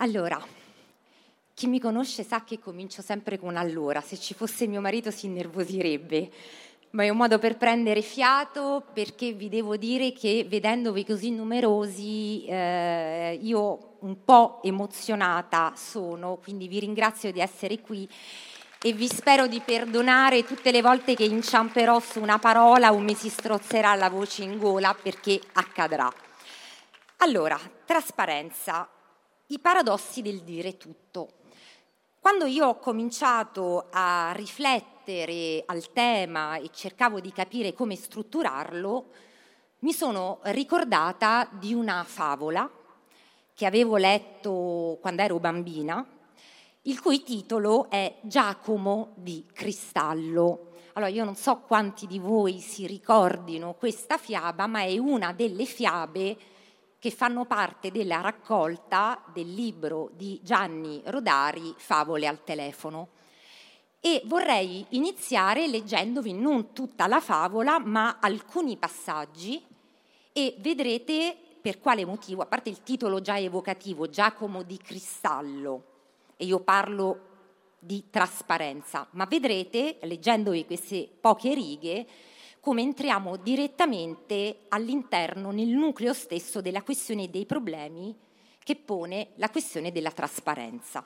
Allora, chi mi conosce sa che comincio sempre con allora. Se ci fosse mio marito si innervosirebbe, ma è un modo per prendere fiato, perché vi devo dire che vedendovi così numerosi io un po' emozionata sono, quindi vi ringrazio di essere qui e vi spero di perdonare tutte le volte che inciamperò su una parola o mi si strozzerà la voce in gola, perché accadrà. Allora, trasparenza, i paradossi del dire tutto. Quando io ho cominciato a riflettere al tema e cercavo di capire come strutturarlo, mi sono ricordata di una favola che avevo letto quando ero bambina, il cui titolo è Giacomo di Cristallo. Allora, io non so quanti di voi si ricordino questa fiaba, ma è una delle fiabe che fanno parte della raccolta del libro di Gianni Rodari, Favole al telefono. E vorrei iniziare leggendovi non tutta la favola, ma alcuni passaggi, e vedrete per quale motivo, a parte il titolo già evocativo, Giacomo di Cristallo, e io parlo di trasparenza, ma vedrete, leggendovi queste poche righe, come entriamo direttamente all'interno, nel nucleo stesso della questione dei problemi che pone la questione della trasparenza.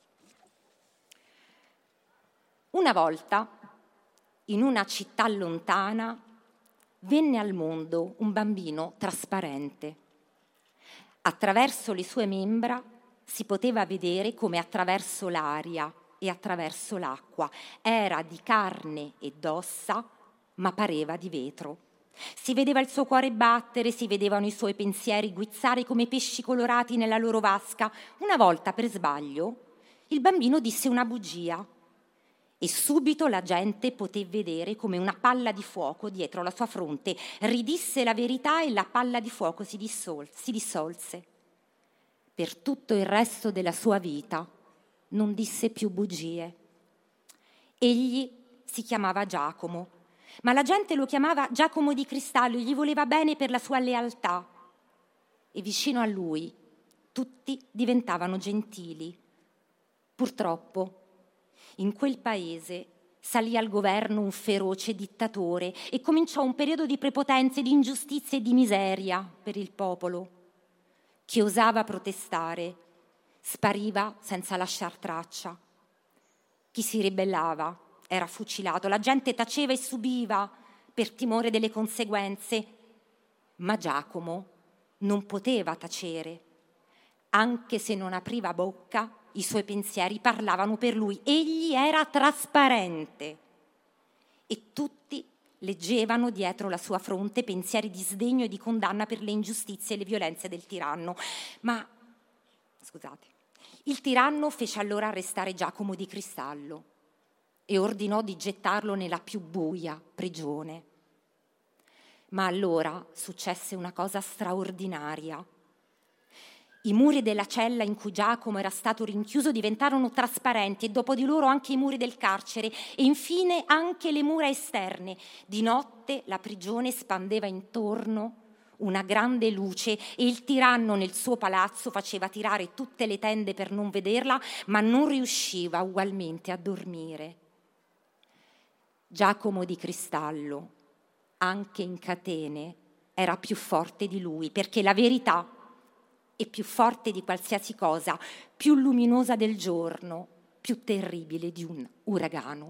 Una volta, in una città lontana, venne al mondo un bambino trasparente. Attraverso le sue membra si poteva vedere come attraverso l'aria e attraverso l'acqua. Era di carne ed ossa, ma pareva di vetro. Si vedeva il suo cuore battere, si vedevano i suoi pensieri guizzare come pesci colorati nella loro vasca. Una volta, per sbaglio, il bambino disse una bugia e subito la gente poté vedere come una palla di fuoco dietro la sua fronte. Ridisse la verità e la palla di fuoco si dissolse. Per tutto il resto della sua vita non disse più bugie. Egli si chiamava Giacomo, ma la gente lo chiamava Giacomo di Cristallo e gli voleva bene per la sua lealtà. E vicino a lui tutti diventavano gentili. Purtroppo in quel paese salì al governo un feroce dittatore e cominciò un periodo di prepotenza, di ingiustizia e di miseria per il popolo. Chi osava protestare spariva senza lasciar traccia. Chi si ribellava era fucilato, la gente taceva e subiva per timore delle conseguenze, ma Giacomo non poteva tacere. Anche se non apriva bocca, i suoi pensieri parlavano per lui. Egli era trasparente e tutti leggevano dietro la sua fronte pensieri di sdegno e di condanna per le ingiustizie e le violenze del tiranno. Ma, scusate, il tiranno fece allora arrestare Giacomo di Cristallo e ordinò di gettarlo nella più buia prigione. Ma allora successe una cosa straordinaria. I muri della cella in cui Giacomo era stato rinchiuso diventarono trasparenti e dopo di loro anche i muri del carcere e infine anche le mura esterne. Di notte la prigione spandeva intorno una grande luce e il tiranno nel suo palazzo faceva tirare tutte le tende per non vederla, ma non riusciva ugualmente a dormire. Giacomo di Cristallo, anche in catene, era più forte di lui, perché la verità è più forte di qualsiasi cosa, più luminosa del giorno, più terribile di un uragano.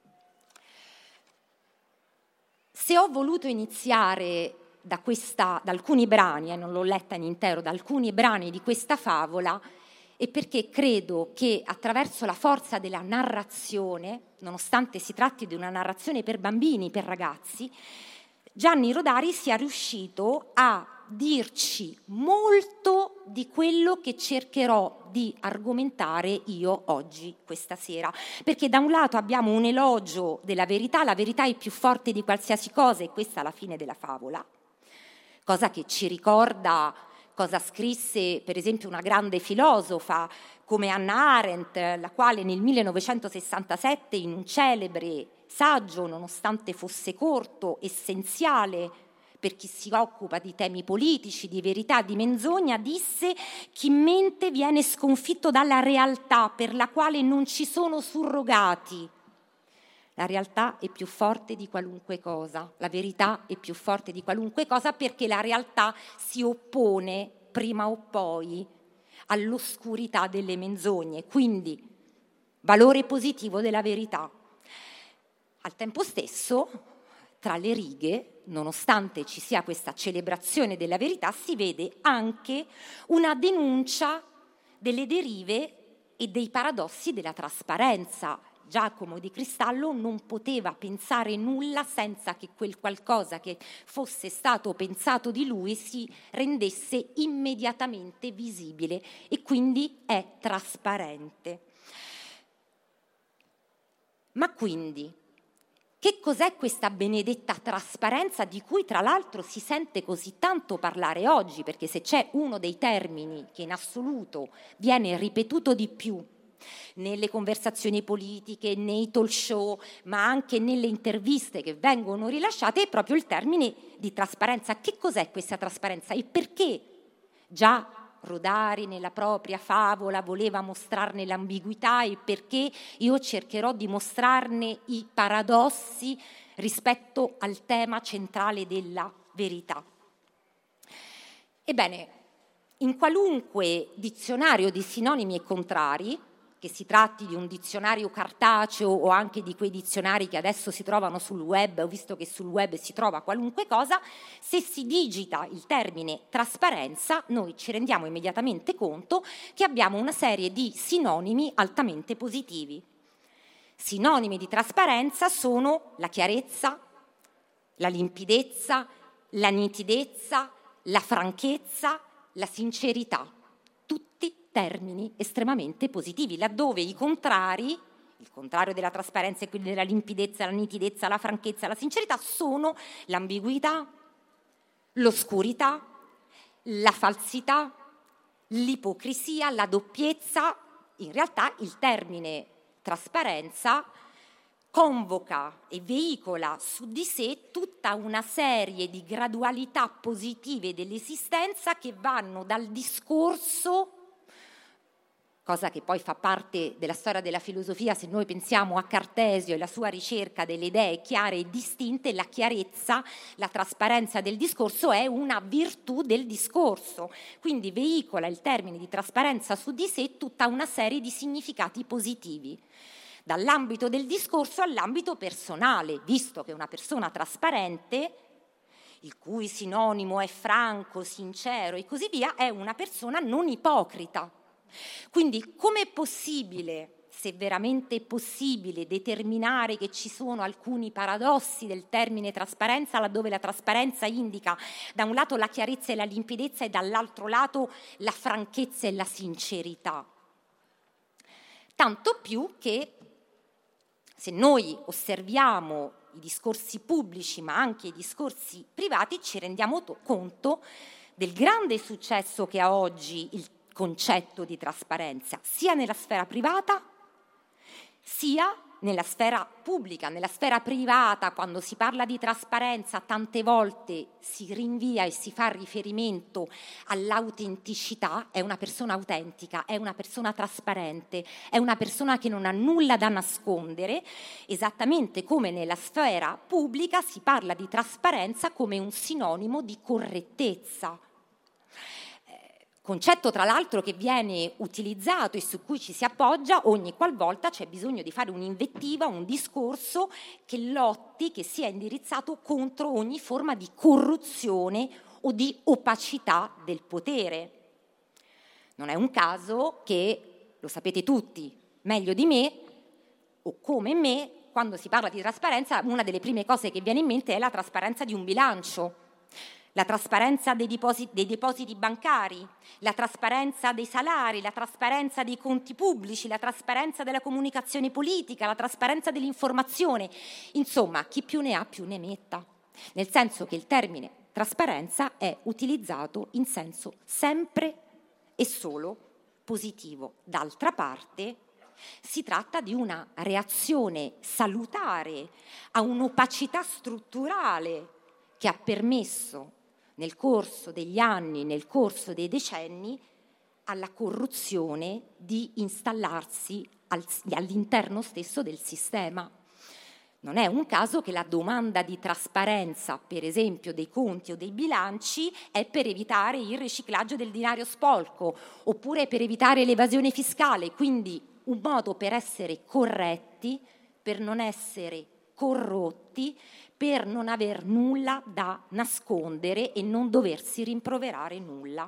Se ho voluto iniziare da alcuni brani, e non l'ho letta in intero, da alcuni brani di questa favola, è perché credo che attraverso la forza della narrazione, nonostante si tratti di una narrazione per bambini, per ragazzi, Gianni Rodari sia riuscito a dirci molto di quello che cercherò di argomentare io oggi, questa sera. Perché da un lato abbiamo un elogio della verità, la verità è più forte di qualsiasi cosa e questa è la fine della favola, cosa che ci ricorda cosa scrisse per esempio una grande filosofa come Hannah Arendt, la quale nel 1967 in un celebre saggio, nonostante fosse corto, essenziale per chi si occupa di temi politici, di verità, di menzogna, disse: chi mente viene sconfitto dalla realtà per la quale non ci sono surrogati. La realtà è più forte di qualunque cosa, la verità è più forte di qualunque cosa, perché la realtà si oppone prima o poi all'oscurità delle menzogne, quindi valore positivo della verità. Al tempo stesso, tra le righe, nonostante ci sia questa celebrazione della verità, si vede anche una denuncia delle derive e dei paradossi della trasparenza. Giacomo di Cristallo non poteva pensare nulla senza che quel qualcosa che fosse stato pensato di lui si rendesse immediatamente visibile e quindi è trasparente. Ma quindi, che cos'è questa benedetta trasparenza di cui tra l'altro si sente così tanto parlare oggi? Perché se c'è uno dei termini che in assoluto viene ripetuto di più nelle conversazioni politiche, nei talk show, ma anche nelle interviste che vengono rilasciate, è proprio il termine di trasparenza. Che cos'è questa trasparenza e perché già Rodari nella propria favola voleva mostrarne l'ambiguità e perché io cercherò di mostrarne i paradossi rispetto al tema centrale della verità. Ebbene, in qualunque dizionario di sinonimi e contrari, che si tratti di un dizionario cartaceo o anche di quei dizionari che adesso si trovano sul web, ho visto che sul web si trova qualunque cosa, se si digita il termine trasparenza, noi ci rendiamo immediatamente conto che abbiamo una serie di sinonimi altamente positivi. Sinonimi di trasparenza sono la chiarezza, la limpidezza, la nitidezza, la franchezza, la sincerità. Tutti termini estremamente positivi, laddove i contrari, il contrario della trasparenza e quindi della limpidezza, la nitidezza, la franchezza, la sincerità, sono l'ambiguità, l'oscurità, la falsità, l'ipocrisia, la doppiezza. In realtà il termine trasparenza convoca e veicola su di sé tutta una serie di gradualità positive dell'esistenza che vanno dal discorso, cosa che poi fa parte della storia della filosofia. Se noi pensiamo a Cartesio e la sua ricerca delle idee chiare e distinte, la chiarezza, la trasparenza del discorso è una virtù del discorso, quindi veicola il termine di trasparenza su di sé tutta una serie di significati positivi, dall'ambito del discorso all'ambito personale, visto che una persona trasparente, il cui sinonimo è franco, sincero e così via, è una persona non ipocrita. Quindi com'è possibile, se veramente è possibile, determinare che ci sono alcuni paradossi del termine trasparenza, laddove la trasparenza indica da un lato la chiarezza e la limpidezza e dall'altro lato la franchezza e la sincerità? Tanto più che se noi osserviamo i discorsi pubblici ma anche i discorsi privati ci rendiamo conto del grande successo che ha oggi il concetto di trasparenza, sia nella sfera privata sia nella sfera pubblica. Nella sfera privata, quando si parla di trasparenza, tante volte si rinvia e si fa riferimento all'autenticità. È una persona autentica, è una persona trasparente, è una persona che non ha nulla da nascondere, esattamente come nella sfera pubblica si parla di trasparenza come un sinonimo di correttezza. Concetto tra l'altro che viene utilizzato e su cui ci si appoggia ogni qualvolta c'è bisogno di fare un'invettiva, un discorso che lotti, che sia indirizzato contro ogni forma di corruzione o di opacità del potere. Non è un caso che, lo sapete tutti meglio di me o come me, quando si parla di trasparenza una delle prime cose che viene in mente è la trasparenza di un bilancio, la trasparenza dei depositi bancari, la trasparenza dei salari, la trasparenza dei conti pubblici, la trasparenza della comunicazione politica, la trasparenza dell'informazione. Insomma, chi più ne ha più ne metta, nel senso che il termine trasparenza è utilizzato in senso sempre e solo positivo. D'altra parte, si tratta di una reazione salutare a un'opacità strutturale che ha permesso nel corso degli anni, nel corso dei decenni, alla corruzione di installarsi all'interno stesso del sistema. Non è un caso che la domanda di trasparenza, per esempio, dei conti o dei bilanci è per evitare il riciclaggio del denaro sporco oppure per evitare l'evasione fiscale, quindi un modo per essere corretti, per non essere corrotti, per non aver nulla da nascondere e non doversi rimproverare nulla.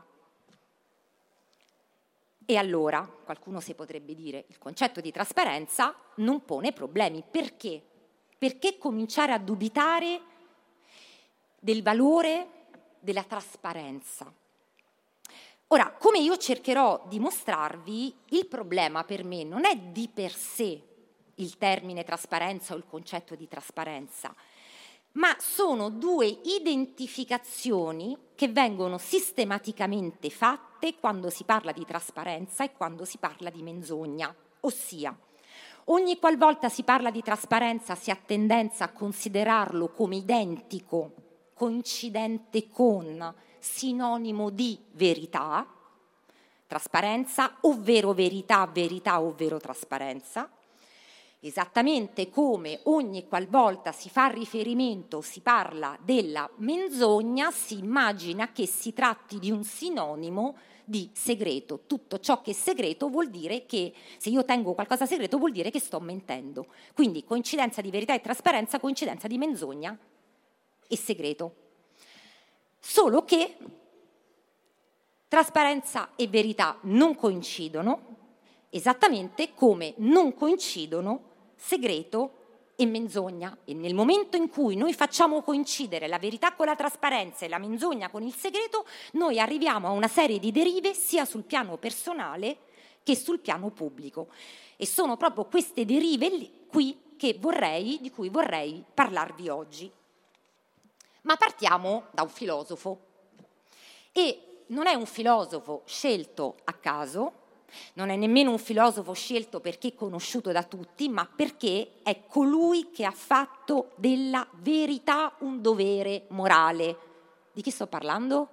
E allora, qualcuno si potrebbe dire, il concetto di trasparenza non pone problemi. Perché? Perché cominciare a dubitare del valore della trasparenza? Ora, come io cercherò di mostrarvi, il problema per me non è di per sé il termine trasparenza o il concetto di trasparenza, ma sono due identificazioni che vengono sistematicamente fatte quando si parla di trasparenza e quando si parla di menzogna. Ossia, ogni qualvolta si parla di trasparenza si ha tendenza a considerarlo come identico, coincidente con, sinonimo di verità, trasparenza, ovvero verità, verità, ovvero trasparenza. Esattamente come ogni qualvolta si fa riferimento, si parla della menzogna, si immagina che si tratti di un sinonimo di segreto. Tutto ciò che è segreto vuol dire che, se io tengo qualcosa segreto, vuol dire che sto mentendo. Quindi coincidenza di verità e trasparenza, coincidenza di menzogna e segreto. Solo che trasparenza e verità non coincidono, esattamente come non coincidono segreto e menzogna. E nel momento in cui noi facciamo coincidere la verità con la trasparenza e la menzogna con il segreto, noi arriviamo a una serie di derive sia sul piano personale che sul piano pubblico. E sono proprio queste derive qui di cui vorrei parlarvi oggi. Ma partiamo da un filosofo. E non è un filosofo scelto a caso, non è nemmeno un filosofo scelto perché è conosciuto da tutti, ma perché è colui che ha fatto della verità un dovere morale. Di chi sto parlando?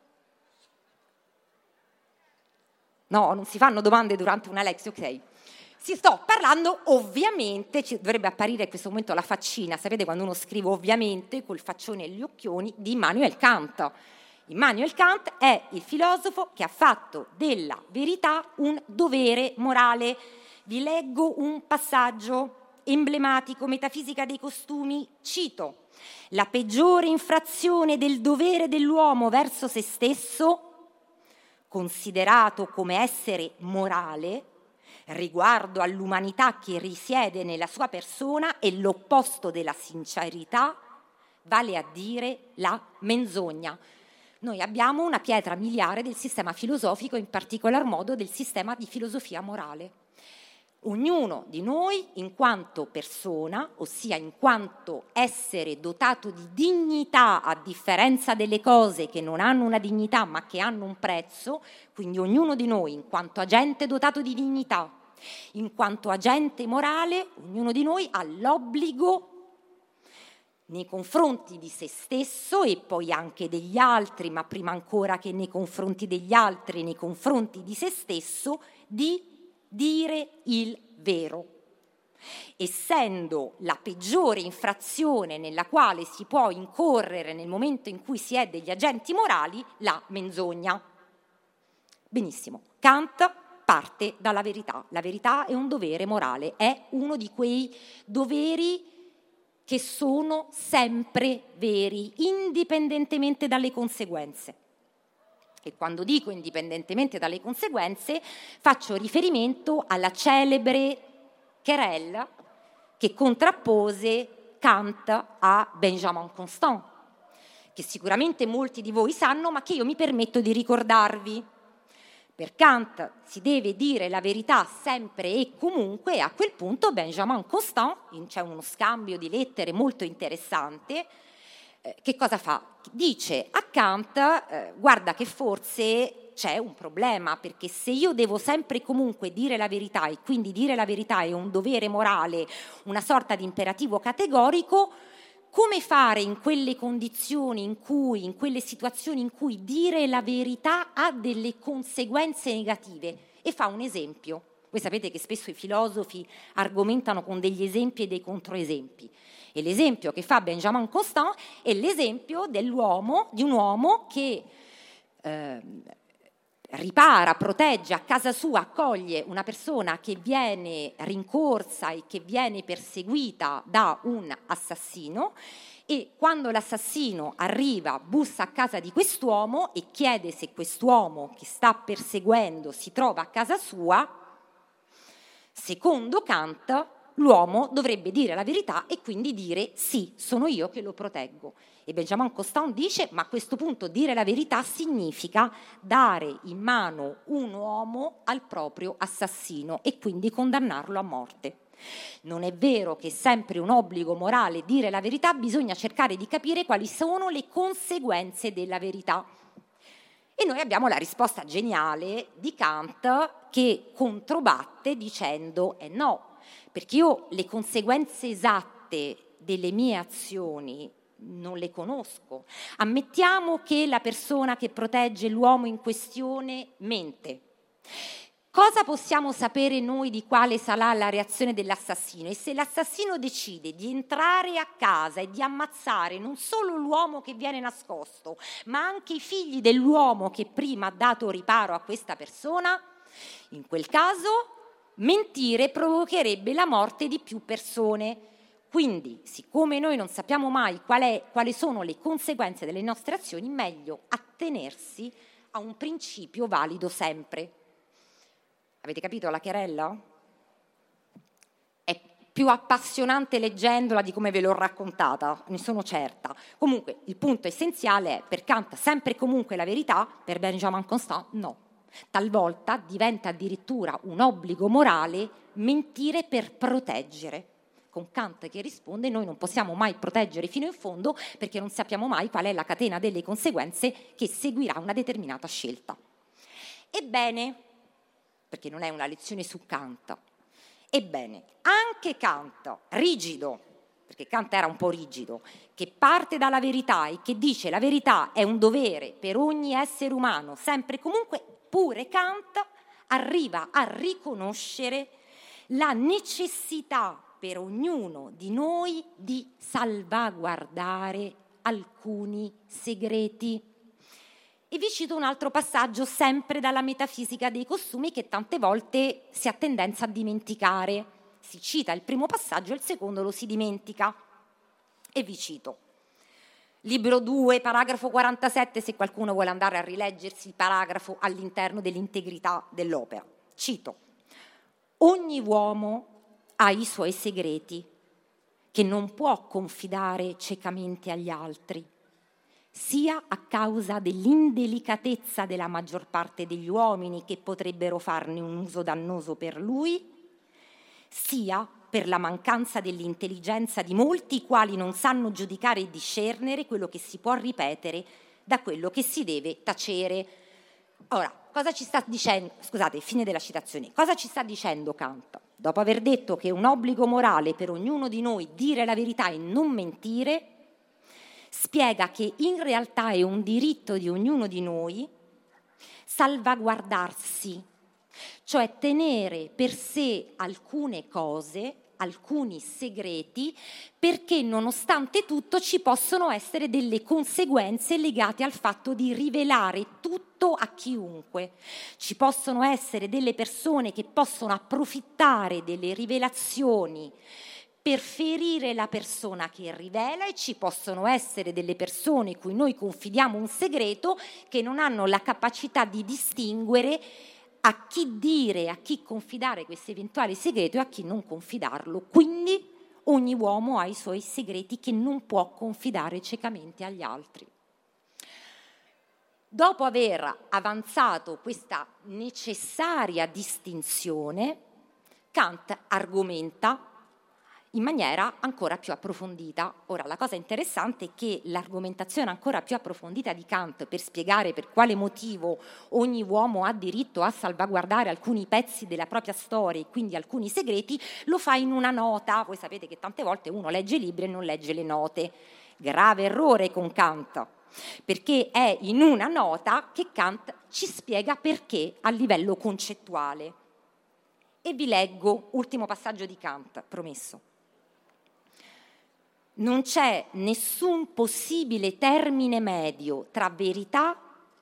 No, non si fanno domande durante una lezione, ok. Si sto parlando, ovviamente, ci dovrebbe apparire in questo momento la faccina, sapete quando uno scrive ovviamente col faccione e gli occhioni, di Immanuel Kant. Immanuel Kant è il filosofo che ha fatto della verità un dovere morale. Vi leggo un passaggio emblematico, Metafisica dei costumi, cito: la peggiore infrazione del dovere dell'uomo verso se stesso, considerato come essere morale, riguardo all'umanità che risiede nella sua persona, è l'opposto della sincerità, vale a dire la menzogna. Noi abbiamo una pietra miliare del sistema filosofico, in particolar modo del sistema di filosofia morale. Ognuno di noi, in quanto persona, ossia in quanto essere dotato di dignità, a differenza delle cose che non hanno una dignità ma che hanno un prezzo, quindi ognuno di noi, in quanto agente dotato di dignità, in quanto agente morale, ognuno di noi ha l'obbligo nei confronti di se stesso e poi anche degli altri, ma prima ancora che nei confronti degli altri, nei confronti di se stesso, di dire il vero. Essendo la peggiore infrazione nella quale si può incorrere nel momento in cui si è degli agenti morali, la menzogna. Benissimo, Kant parte dalla verità. La verità è un dovere morale, è uno di quei doveri che sono sempre veri, indipendentemente dalle conseguenze. E quando dico indipendentemente dalle conseguenze, faccio riferimento alla celebre querelle che contrappose Kant a Benjamin Constant, che sicuramente molti di voi sanno, ma che io mi permetto di ricordarvi. Per Kant si deve dire la verità sempre e comunque, e a quel punto Benjamin Constant, c'è uno scambio di lettere molto interessante, che cosa fa? Dice a Kant, guarda che forse c'è un problema, perché se io devo sempre e comunque dire la verità, e quindi dire la verità è un dovere morale, una sorta di imperativo categorico, come fare in quelle condizioni in quelle situazioni in cui dire la verità ha delle conseguenze negative, e fa un esempio. Voi sapete che spesso i filosofi argomentano con degli esempi e dei controesempi, e l'esempio che fa Benjamin Constant è l'esempio di un uomo che ripara, protegge, a casa sua accoglie una persona che viene rincorsa e che viene perseguita da un assassino, e quando l'assassino arriva, bussa a casa di quest'uomo e chiede se quest'uomo che sta perseguendo si trova a casa sua, secondo Kant l'uomo dovrebbe dire la verità e quindi dire sì, sono io che lo proteggo. E Benjamin Constant dice: ma a questo punto dire la verità significa dare in mano un uomo al proprio assassino e quindi condannarlo a morte. Non è vero che è sempre un obbligo morale dire la verità, bisogna cercare di capire quali sono le conseguenze della verità. E noi abbiamo la risposta geniale di Kant, che controbatte dicendo no, perché io le conseguenze esatte delle mie azioni non le conosco. Ammettiamo che la persona che protegge l'uomo in questione mente. Cosa possiamo sapere noi di quale sarà la reazione dell'assassino? E se l'assassino decide di entrare a casa e di ammazzare non solo l'uomo che viene nascosto, ma anche i figli dell'uomo che prima ha dato riparo a questa persona, in quel caso mentire provocherebbe la morte di più persone. Quindi, siccome noi non sappiamo mai quali sono le conseguenze delle nostre azioni, meglio attenersi a un principio valido sempre. Avete capito la querella? È più appassionante leggendola di come ve l'ho raccontata, ne sono certa. Comunque, il punto essenziale è: per Kant sempre e comunque la verità, per Benjamin Constant no. Talvolta diventa addirittura un obbligo morale mentire per proteggere. Con Kant che risponde: noi non possiamo mai proteggere fino in fondo perché non sappiamo mai qual è la catena delle conseguenze che seguirà una determinata scelta. Ebbene, perché non è una lezione su Kant, ebbene, anche Kant, rigido, perché Kant era un po' rigido, che parte dalla verità e che dice la verità è un dovere per ogni essere umano, sempre e comunque, pure Kant arriva a riconoscere la necessità per ognuno di noi di salvaguardare alcuni segreti. E vi cito un altro passaggio sempre dalla metafisica dei costumi che tante volte si ha tendenza a dimenticare. Si cita il primo passaggio e il secondo lo si dimentica. E vi cito. Libro 2, paragrafo 47, se qualcuno vuole andare a rileggersi il paragrafo all'interno dell'integrità dell'opera. Cito. Ogni uomo ha i suoi segreti che non può confidare ciecamente agli altri, sia a causa dell'indelicatezza della maggior parte degli uomini che potrebbero farne un uso dannoso per lui, sia per la mancanza dell'intelligenza di molti i quali non sanno giudicare e discernere quello che si può ripetere da quello che si deve tacere. Ora, cosa ci sta dicendo? Scusate, fine della citazione. Cosa ci sta dicendo Kant? Dopo aver detto che è un obbligo morale per ognuno di noi dire la verità e non mentire, spiega che in realtà è un diritto di ognuno di noi salvaguardarsi, cioè tenere per sé alcune cose, alcuni segreti, perché nonostante tutto ci possono essere delle conseguenze legate al fatto di rivelare tutto a chiunque. Ci possono essere delle persone che possono approfittare delle rivelazioni per ferire la persona che rivela, e ci possono essere delle persone cui noi confidiamo un segreto che non hanno la capacità di distinguere a chi dire, a chi confidare questo eventuale segreto e a chi non confidarlo. Quindi ogni uomo ha i suoi segreti che non può confidare ciecamente agli altri. Dopo aver avanzato questa necessaria distinzione, Kant argomenta in maniera ancora più approfondita. Ora, la cosa interessante è che l'argomentazione ancora più approfondita di Kant per spiegare per quale motivo ogni uomo ha diritto a salvaguardare alcuni pezzi della propria storia e quindi alcuni segreti, lo fa in una nota. Voi sapete che tante volte uno legge i libri e non legge le note. Grave errore con Kant, perché è in una nota che Kant ci spiega perché a livello concettuale. E vi leggo, ultimo passaggio di Kant, promesso. Non c'è nessun possibile termine medio tra verità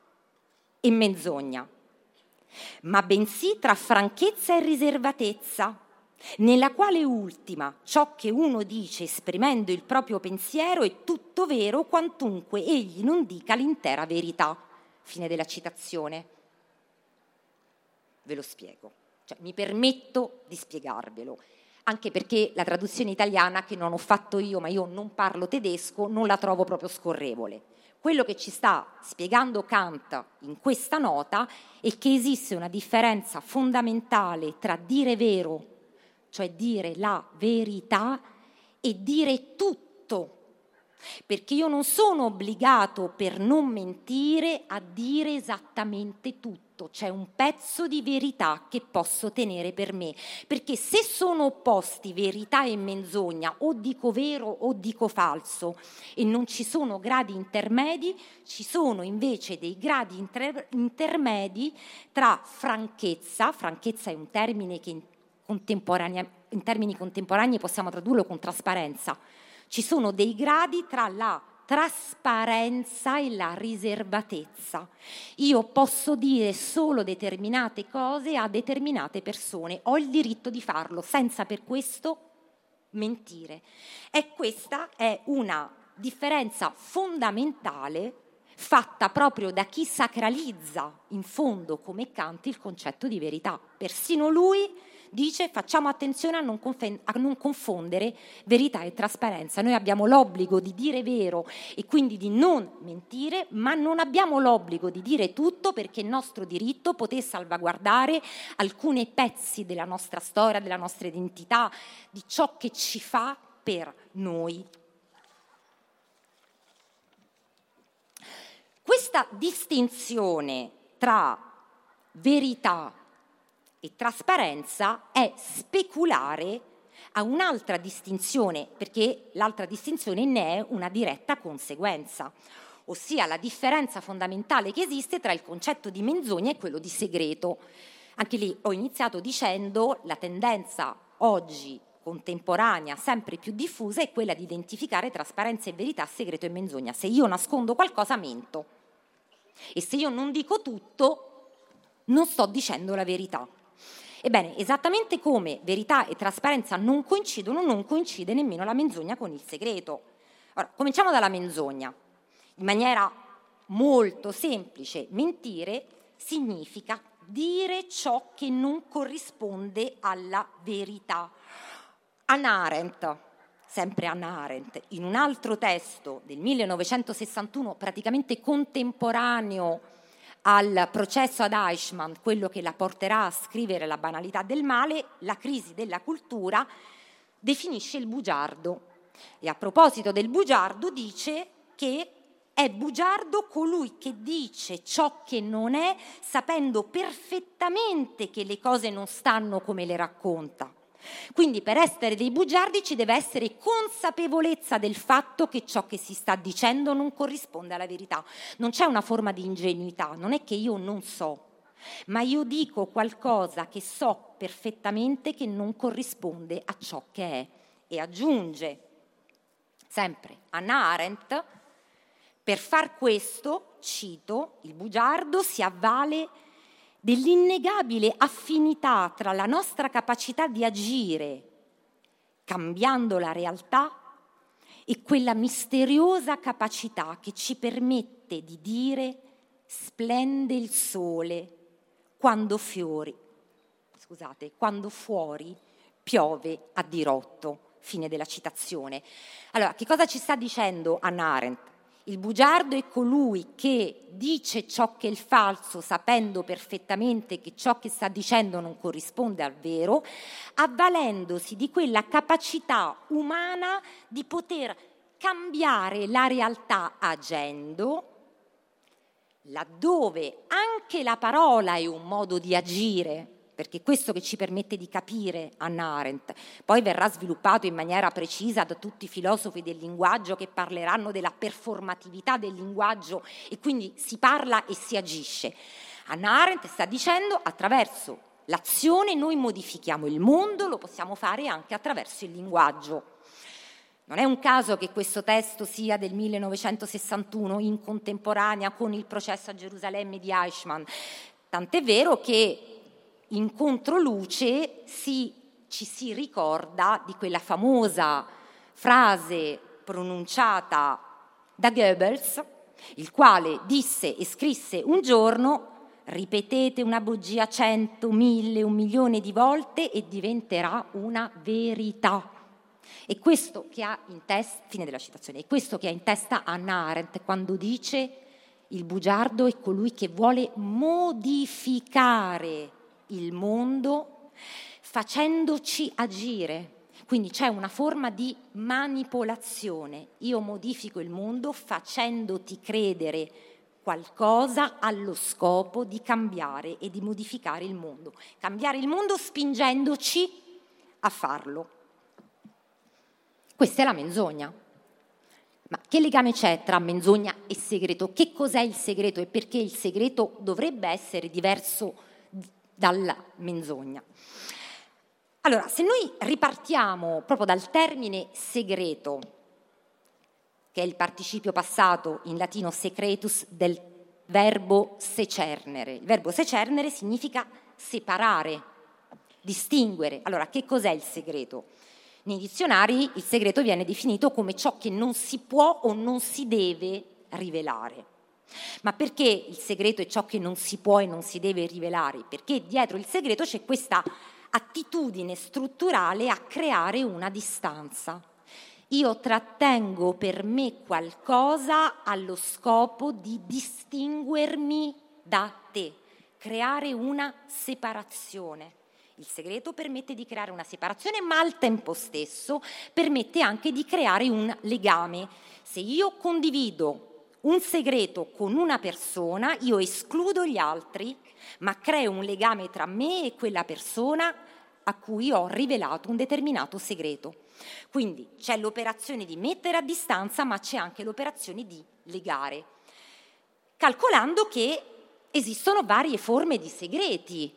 e menzogna, ma bensì tra franchezza e riservatezza, nella quale ultima ciò che uno dice esprimendo il proprio pensiero è tutto vero quantunque egli non dica l'intera verità. Fine della citazione. Ve lo spiego, cioè, mi permetto di spiegarvelo. Anche perché la traduzione italiana che non ho fatto io, ma io non parlo tedesco, non la trovo proprio scorrevole. Quello che ci sta spiegando Kant in questa nota è che esiste una differenza fondamentale tra dire vero, cioè dire la verità, e dire tutto. Perché io non sono obbligato per non mentire a dire esattamente tutto. C'è un pezzo di verità che posso tenere per me, perché se sono opposti verità e menzogna, o dico vero o dico falso, e non ci sono gradi intermedi, ci sono invece dei gradi intermedi tra franchezza è un termine che in termini contemporanei possiamo tradurlo con trasparenza. Ci sono dei gradi tra la trasparenza e la riservatezza. Io posso dire solo determinate cose a determinate persone, ho il diritto di farlo senza per questo mentire. E questa è una differenza fondamentale fatta proprio da chi sacralizza in fondo come Kant il concetto di verità. Persino lui dice: facciamo attenzione a non confondere verità e trasparenza. Noi abbiamo l'obbligo di dire vero e quindi di non mentire, ma non abbiamo l'obbligo di dire tutto, perché è nostro diritto poter salvaguardare alcuni pezzi della nostra storia, della nostra identità, di ciò che ci fa per noi. Questa distinzione tra verità e trasparenza è speculare a un'altra distinzione, perché l'altra distinzione ne è una diretta conseguenza, ossia la differenza fondamentale che esiste tra il concetto di menzogna e quello di segreto. Anche lì ho iniziato dicendo la tendenza oggi contemporanea, sempre più diffusa, è quella di identificare trasparenza e verità, segreto e menzogna. Se io nascondo qualcosa, mento. E se io non dico tutto, non sto dicendo la verità. Ebbene, esattamente come verità e trasparenza non coincidono, non coincide nemmeno la menzogna con il segreto. Ora, cominciamo dalla menzogna. In maniera molto semplice, mentire significa dire ciò che non corrisponde alla verità. Hannah Arendt, sempre Hannah Arendt, in un altro testo del 1961, praticamente contemporaneo al processo ad Eichmann, quello che la porterà a scrivere La banalità del male, La crisi della cultura, definisce il bugiardo. E a proposito del bugiardo dice che è bugiardo colui che dice ciò che non è, sapendo perfettamente che le cose non stanno come le racconta. Quindi per essere dei bugiardi ci deve essere consapevolezza del fatto che ciò che si sta dicendo non corrisponde alla verità. Non c'è una forma di ingenuità, non è che io non so, ma io dico qualcosa che so perfettamente che non corrisponde a ciò che è. E aggiunge sempre Hannah Arendt: per far questo, cito, il bugiardo si avvale dell'innegabile affinità tra la nostra capacità di agire cambiando la realtà e quella misteriosa capacità che ci permette di dire splende il sole quando fuori piove a dirotto. Fine della citazione. Allora, che cosa ci sta dicendo Hannah Arendt? Il bugiardo è colui che dice ciò che è il falso, sapendo perfettamente che ciò che sta dicendo non corrisponde al vero, avvalendosi di quella capacità umana di poter cambiare la realtà agendo, laddove anche la parola è un modo di agire, perché è questo che ci permette di capire Hannah Arendt. Poi verrà sviluppato in maniera precisa da tutti i filosofi del linguaggio che parleranno della performatività del linguaggio e quindi si parla e si agisce. Hannah Arendt sta dicendo attraverso l'azione noi modifichiamo il mondo, lo possiamo fare anche attraverso il linguaggio. Non è un caso che questo testo sia del 1961 in contemporanea con il processo a Gerusalemme di Eichmann, tant'è vero che in controluce ci si ricorda di quella famosa frase pronunciata da Goebbels, il quale disse e scrisse un giorno: ripetete una bugia 100, 1000, 1.000.000 di volte e diventerà una verità. E questo che ha in testa, fine della citazione, è questo che ha in testa Hannah Arendt quando dice: il bugiardo è colui che vuole modificare il mondo facendoci agire. Quindi c'è una forma di manipolazione. Io modifico il mondo facendoti credere qualcosa allo scopo di cambiare e di modificare il mondo. Cambiare il mondo spingendoci a farlo. Questa è la menzogna. Ma che legame c'è tra menzogna e segreto? Che cos'è il segreto e perché il segreto dovrebbe essere diverso dalla menzogna? Allora, se noi ripartiamo proprio dal termine segreto, che è il participio passato in latino secretus del verbo secernere. Il verbo secernere significa separare, distinguere. Allora, che cos'è il segreto? Nei dizionari il segreto viene definito come ciò che non si può o non si deve rivelare. Ma perché il segreto è ciò che non si può e non si deve rivelare? Perché dietro il segreto c'è questa attitudine strutturale a creare una distanza. Io trattengo per me qualcosa allo scopo di distinguermi da te, creare una separazione. Il segreto permette di creare una separazione, ma al tempo stesso permette anche di creare un legame. Se io condivido un segreto con una persona, io escludo gli altri, ma creo un legame tra me e quella persona a cui ho rivelato un determinato segreto. Quindi c'è l'operazione di mettere a distanza, ma c'è anche l'operazione di legare, calcolando che esistono varie forme di segreti.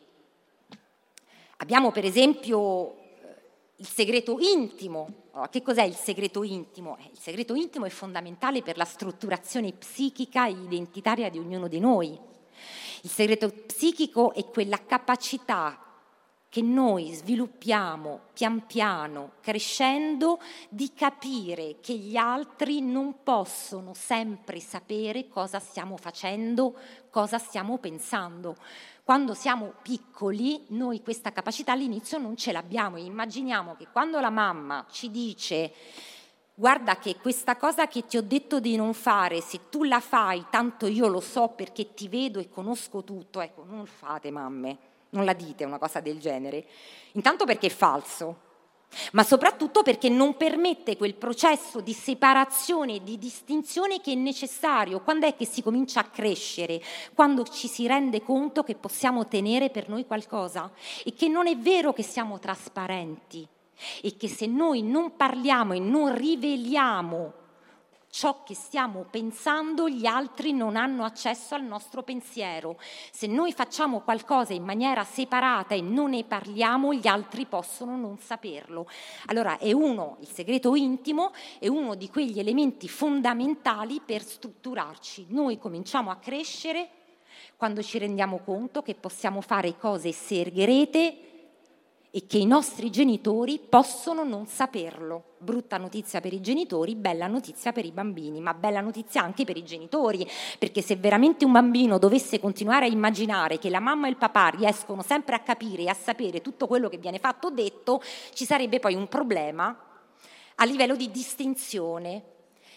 Abbiamo per esempio il segreto intimo. Allora, che cos'è il segreto intimo? Il segreto intimo è fondamentale per la strutturazione psichica e identitaria di ognuno di noi. Il segreto psichico è quella capacità che noi sviluppiamo pian piano, crescendo, di capire che gli altri non possono sempre sapere cosa stiamo facendo, cosa stiamo pensando. Quando siamo piccoli, noi questa capacità all'inizio non ce l'abbiamo. Immaginiamo che quando la mamma ci dice: guarda che questa cosa che ti ho detto di non fare, se tu la fai, tanto io lo so perché ti vedo e conosco tutto. Ecco, non lo fate, mamme, non la dite una cosa del genere. Intanto perché è falso, ma soprattutto perché non permette quel processo di separazione e di distinzione che è necessario. Quando è che si comincia a crescere? Quando ci si rende conto che possiamo tenere per noi qualcosa e che non è vero che siamo trasparenti e che se noi non parliamo e non riveliamo ciò che stiamo pensando, gli altri non hanno accesso al nostro pensiero. Se noi facciamo qualcosa in maniera separata e non ne parliamo, gli altri possono non saperlo. Allora il segreto intimo è uno di quegli elementi fondamentali per strutturarci. Noi cominciamo a crescere quando ci rendiamo conto che possiamo fare cose segrete e che i nostri genitori possono non saperlo. Brutta notizia per i genitori, bella notizia per i bambini, ma bella notizia anche per i genitori, perché se veramente un bambino dovesse continuare a immaginare che la mamma e il papà riescono sempre a capire e a sapere tutto quello che viene fatto o detto, ci sarebbe poi un problema a livello di distinzione.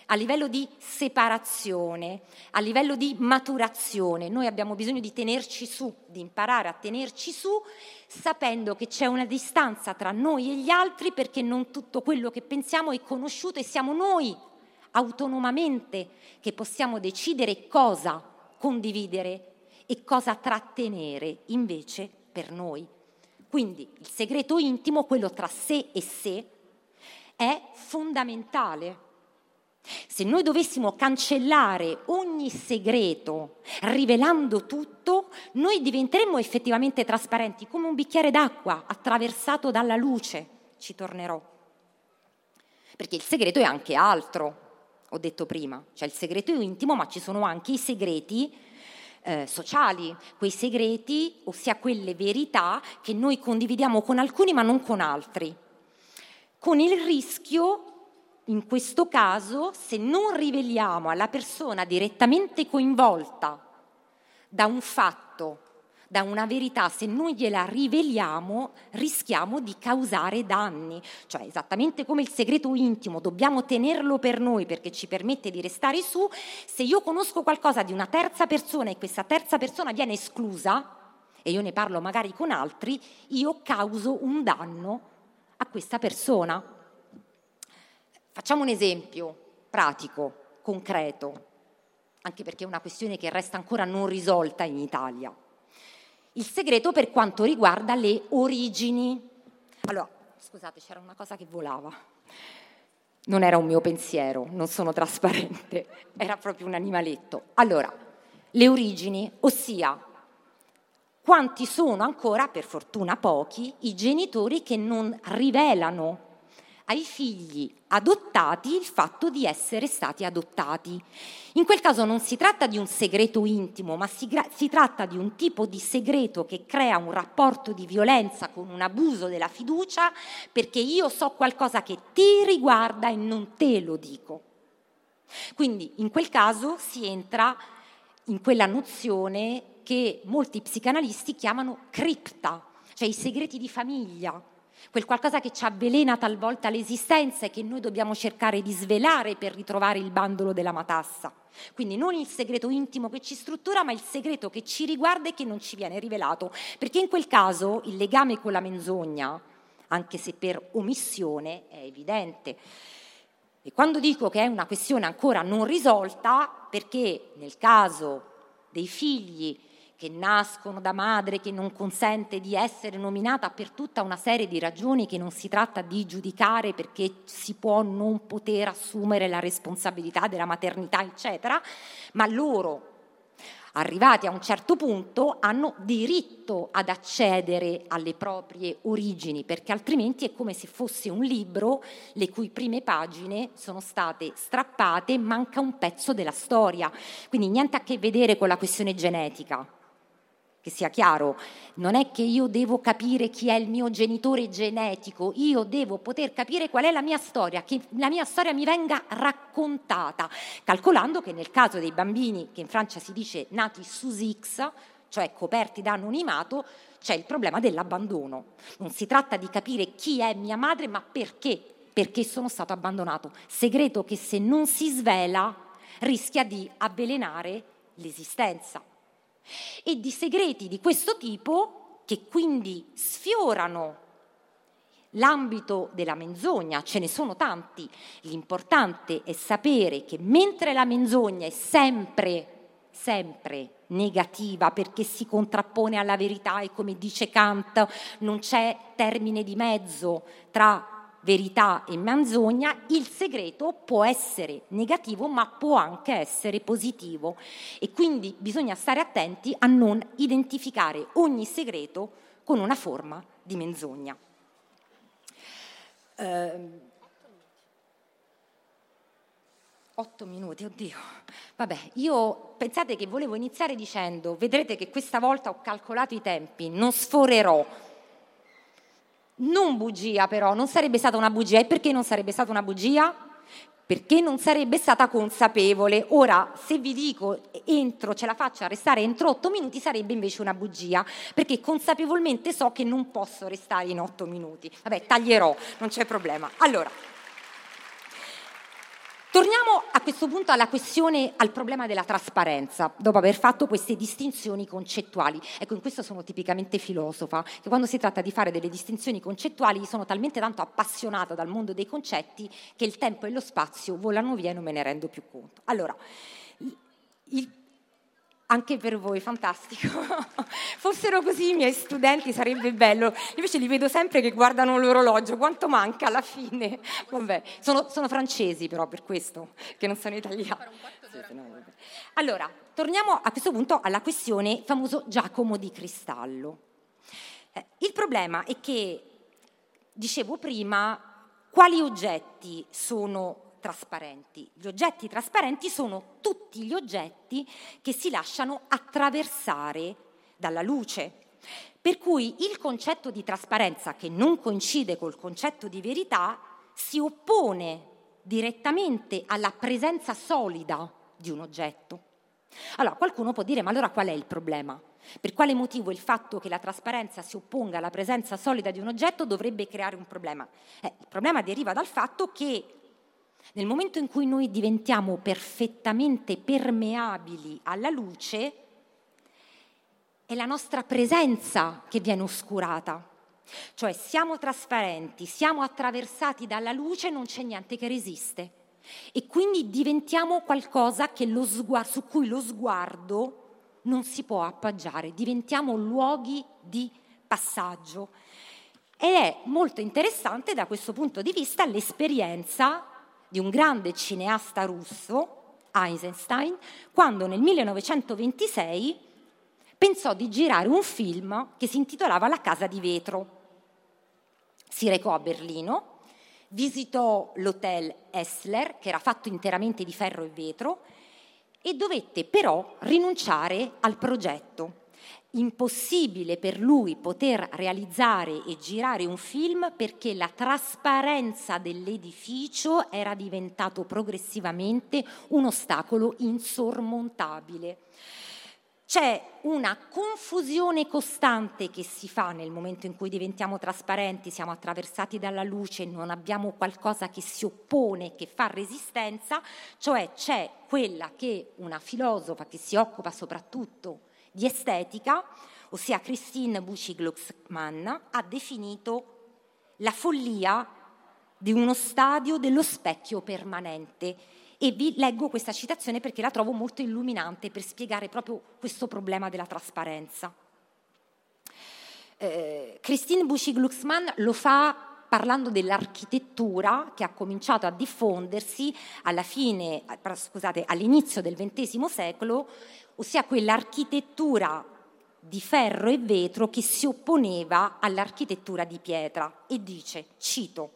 a livello di separazione, a livello di maturazione. Noi abbiamo bisogno di tenerci su, di imparare a tenerci su, sapendo che c'è una distanza tra noi e gli altri, perché non tutto quello che pensiamo è conosciuto e siamo noi autonomamente che possiamo decidere cosa condividere e cosa trattenere invece per noi. Quindi il segreto intimo, quello tra sé e sé, è fondamentale. Se noi dovessimo cancellare ogni segreto, rivelando tutto, noi diventeremmo effettivamente trasparenti, come un bicchiere d'acqua attraversato dalla luce. Ci tornerò. Perché il segreto è anche altro, ho detto prima. C'è il segreto intimo, ma ci sono anche i segreti sociali, quei segreti, ossia quelle verità che noi condividiamo con alcuni ma non con altri. Con il rischio, in questo caso, se non riveliamo alla persona direttamente coinvolta da un fatto, da una verità, se non gliela riveliamo, rischiamo di causare danni. Cioè, esattamente come il segreto intimo, dobbiamo tenerlo per noi perché ci permette di restare su. Se io conosco qualcosa di una terza persona e questa terza persona viene esclusa, e io ne parlo magari con altri, io causo un danno a questa persona. Facciamo un esempio pratico, concreto, anche perché è una questione che resta ancora non risolta in Italia. Il segreto per quanto riguarda le origini. Allora, scusate, c'era una cosa che volava. Non era un mio pensiero, non sono trasparente, era proprio un animaletto. Allora, le origini, ossia quanti sono ancora, per fortuna pochi, i genitori che non rivelano ai figli adottati il fatto di essere stati adottati. In quel caso non si tratta di un segreto intimo, ma si tratta di un tipo di segreto che crea un rapporto di violenza con un abuso della fiducia, perché io so qualcosa che ti riguarda e non te lo dico. Quindi in quel caso si entra in quella nozione che molti psicanalisti chiamano cripta, cioè i segreti di famiglia, quel qualcosa che ci avvelena talvolta l'esistenza e che noi dobbiamo cercare di svelare per ritrovare il bandolo della matassa. Quindi non il segreto intimo che ci struttura, ma il segreto che ci riguarda e che non ci viene rivelato, perché in quel caso il legame con la menzogna, anche se per omissione, è evidente. E quando dico che è una questione ancora non risolta, perché nel caso dei figli che nascono da madre che non consente di essere nominata per tutta una serie di ragioni che non si tratta di giudicare, perché si può non poter assumere la responsabilità della maternità, eccetera, ma loro, arrivati a un certo punto, hanno diritto ad accedere alle proprie origini, perché altrimenti è come se fosse un libro le cui prime pagine sono state strappate e manca un pezzo della storia. Quindi niente a che vedere con la questione genetica. Che sia chiaro, non è che io devo capire chi è il mio genitore genetico, io devo poter capire qual è la mia storia, che la mia storia mi venga raccontata, calcolando che nel caso dei bambini, che in Francia si dice nati sous X, cioè coperti da anonimato, c'è il problema dell'abbandono. Non si tratta di capire chi è mia madre, ma perché sono stato abbandonato. Segreto che se non si svela rischia di avvelenare l'esistenza. E di segreti di questo tipo, che quindi sfiorano l'ambito della menzogna, ce ne sono tanti. L'importante è sapere che mentre la menzogna è sempre negativa, perché si contrappone alla verità e, come dice Kant, non c'è termine di mezzo tra verità e menzogna, il segreto può essere negativo ma può anche essere positivo, e quindi bisogna stare attenti a non identificare ogni segreto con una forma di menzogna. 8 minuti, oddio. Vabbè, io pensate che volevo iniziare dicendo, vedrete che questa volta ho calcolato i tempi, non sforerò. Non bugia, però, non sarebbe stata una bugia. E perché non sarebbe stata una bugia? Perché non sarebbe stata consapevole. Ora, se vi dico ce la faccio a restare entro 8 minuti, sarebbe invece una bugia, perché consapevolmente so che non posso restare in 8 minuti. Vabbè, taglierò, non c'è problema. Allora, Torniamo a questo punto alla questione, al problema della trasparenza, dopo aver fatto queste distinzioni concettuali. Ecco, in questo sono tipicamente filosofa, che quando si tratta di fare delle distinzioni concettuali sono talmente tanto appassionata dal mondo dei concetti che il tempo e lo spazio volano via e non me ne rendo più conto. Allora, anche per voi, fantastico. Fossero così i miei studenti sarebbe bello, invece li vedo sempre che guardano l'orologio, quanto manca alla fine. Vabbè, sono francesi però per questo, che non sono italiani. Allora, torniamo a questo punto alla questione famoso Giacomo di Cristallo. Il problema è che, dicevo prima, quali oggetti sono trasparenti? Gli oggetti trasparenti sono tutti gli oggetti che si lasciano attraversare dalla luce. Per cui il concetto di trasparenza, che non coincide col concetto di verità, si oppone direttamente alla presenza solida di un oggetto. Allora, qualcuno può dire, ma allora qual è il problema? Per quale motivo il fatto che la trasparenza si opponga alla presenza solida di un oggetto dovrebbe creare un problema? Il problema deriva dal fatto che nel momento in cui noi diventiamo perfettamente permeabili alla luce, è la nostra presenza che viene oscurata. Cioè siamo trasparenti, siamo attraversati dalla luce, non c'è niente che resiste. E quindi diventiamo qualcosa che su cui lo sguardo non si può appoggiare, diventiamo luoghi di passaggio. Ed è molto interessante da questo punto di vista l'esperienza di un grande cineasta russo, Eisenstein, quando nel 1926 pensò di girare un film che si intitolava La casa di vetro. Si recò a Berlino, visitò l'hotel Essler, che era fatto interamente di ferro e vetro, e dovette però rinunciare al progetto. Impossibile per lui poter realizzare e girare un film perché la trasparenza dell'edificio era diventato progressivamente un ostacolo insormontabile. C'è una confusione costante che si fa nel momento in cui diventiamo trasparenti, siamo attraversati dalla luce, non abbiamo qualcosa che si oppone, che fa resistenza, cioè c'è quella che una filosofa che si occupa soprattutto di estetica, ossia Christine Bucci-Glucksmann, ha definito la follia di uno stadio dello specchio permanente. E vi leggo questa citazione perché la trovo molto illuminante per spiegare proprio questo problema della trasparenza. Christine Bucci-Glucksmann lo fa parlando dell'architettura che ha cominciato a diffondersi all'inizio del XX secolo, ossia quell'architettura di ferro e vetro che si opponeva all'architettura di pietra, e dice, cito: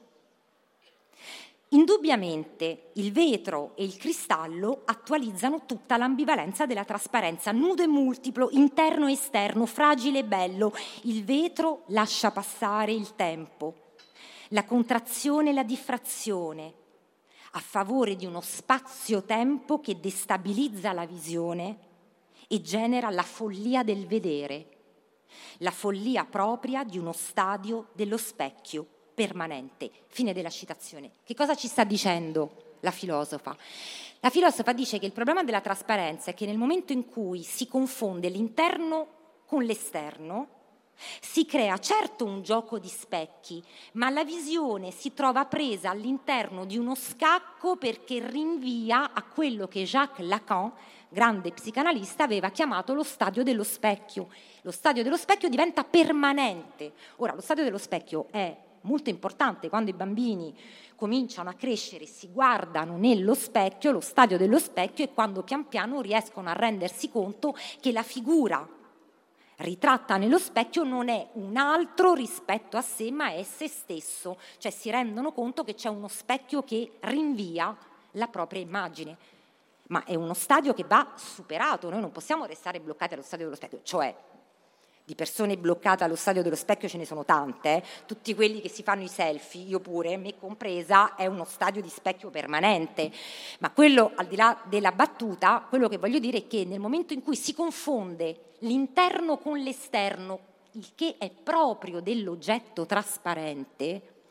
indubbiamente il vetro e il cristallo attualizzano tutta l'ambivalenza della trasparenza, nudo e multiplo, interno e esterno, fragile e bello. Il vetro lascia passare il tempo, la contrazione e la diffrazione, a favore di uno spazio-tempo che destabilizza la visione e genera la follia del vedere, la follia propria di uno stadio dello specchio permanente. Fine della citazione. Che cosa ci sta dicendo la filosofa? La filosofa dice che il problema della trasparenza è che nel momento in cui si confonde l'interno con l'esterno, si crea certo un gioco di specchi, ma la visione si trova presa all'interno di uno scacco perché rinvia a quello che Jacques Lacan, grande psicanalista, aveva chiamato lo stadio dello specchio. Lo stadio dello specchio diventa permanente. Ora, lo stadio dello specchio è molto importante quando i bambini cominciano a crescere, si guardano nello specchio, lo stadio dello specchio è quando pian piano riescono a rendersi conto che la figura ritratta nello specchio non è un altro rispetto a sé, ma è se stesso, cioè si rendono conto che c'è uno specchio che rinvia la propria immagine, ma è uno stadio che va superato, noi non possiamo restare bloccati allo stadio dello specchio, cioè di persone bloccate allo stadio dello specchio ce ne sono tante, tutti quelli che si fanno i selfie, io pure, me compresa, è uno stadio di specchio permanente, ma quello, al di là della battuta, quello che voglio dire è che nel momento in cui si confonde l'interno con l'esterno, il che è proprio dell'oggetto trasparente,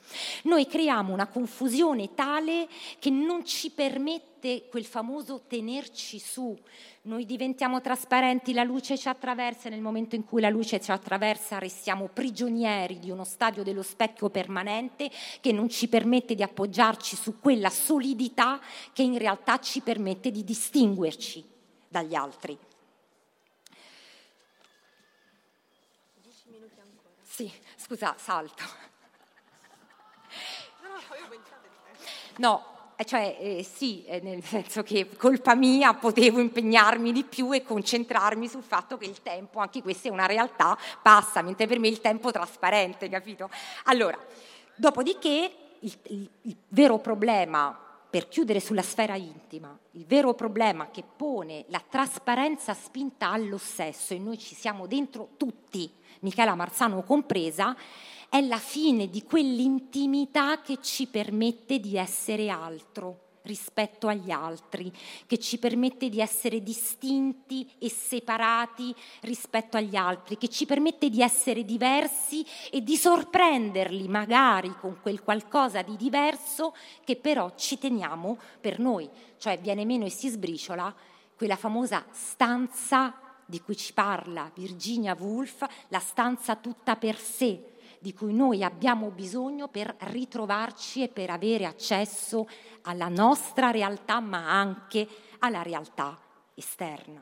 Noi creiamo una confusione tale che non ci permette quel famoso tenerci su. Noi diventiamo trasparenti, la luce ci attraversa e nel momento in cui la luce ci attraversa restiamo prigionieri di uno stadio dello specchio permanente che non ci permette di appoggiarci su quella solidità che in realtà ci permette di distinguerci dagli altri. 10 minuti ancora. Sì, scusa, salto. No, sì, nel senso che colpa mia potevo impegnarmi di più e concentrarmi sul fatto che il tempo, anche questa è una realtà, passa, mentre per me il tempo è trasparente, capito? Allora, dopodiché il vero problema, per chiudere sulla sfera intima, il vero problema che pone la trasparenza spinta all'ossesso, e noi ci siamo dentro tutti, Michela Marzano compresa, è la fine di quell'intimità che ci permette di essere altro rispetto agli altri, che ci permette di essere distinti e separati rispetto agli altri, che ci permette di essere diversi e di sorprenderli magari con quel qualcosa di diverso che però ci teniamo per noi, cioè viene meno e si sbriciola quella famosa stanza di cui ci parla Virginia Woolf, la stanza tutta per sé, di cui noi abbiamo bisogno per ritrovarci e per avere accesso alla nostra realtà, ma anche alla realtà esterna.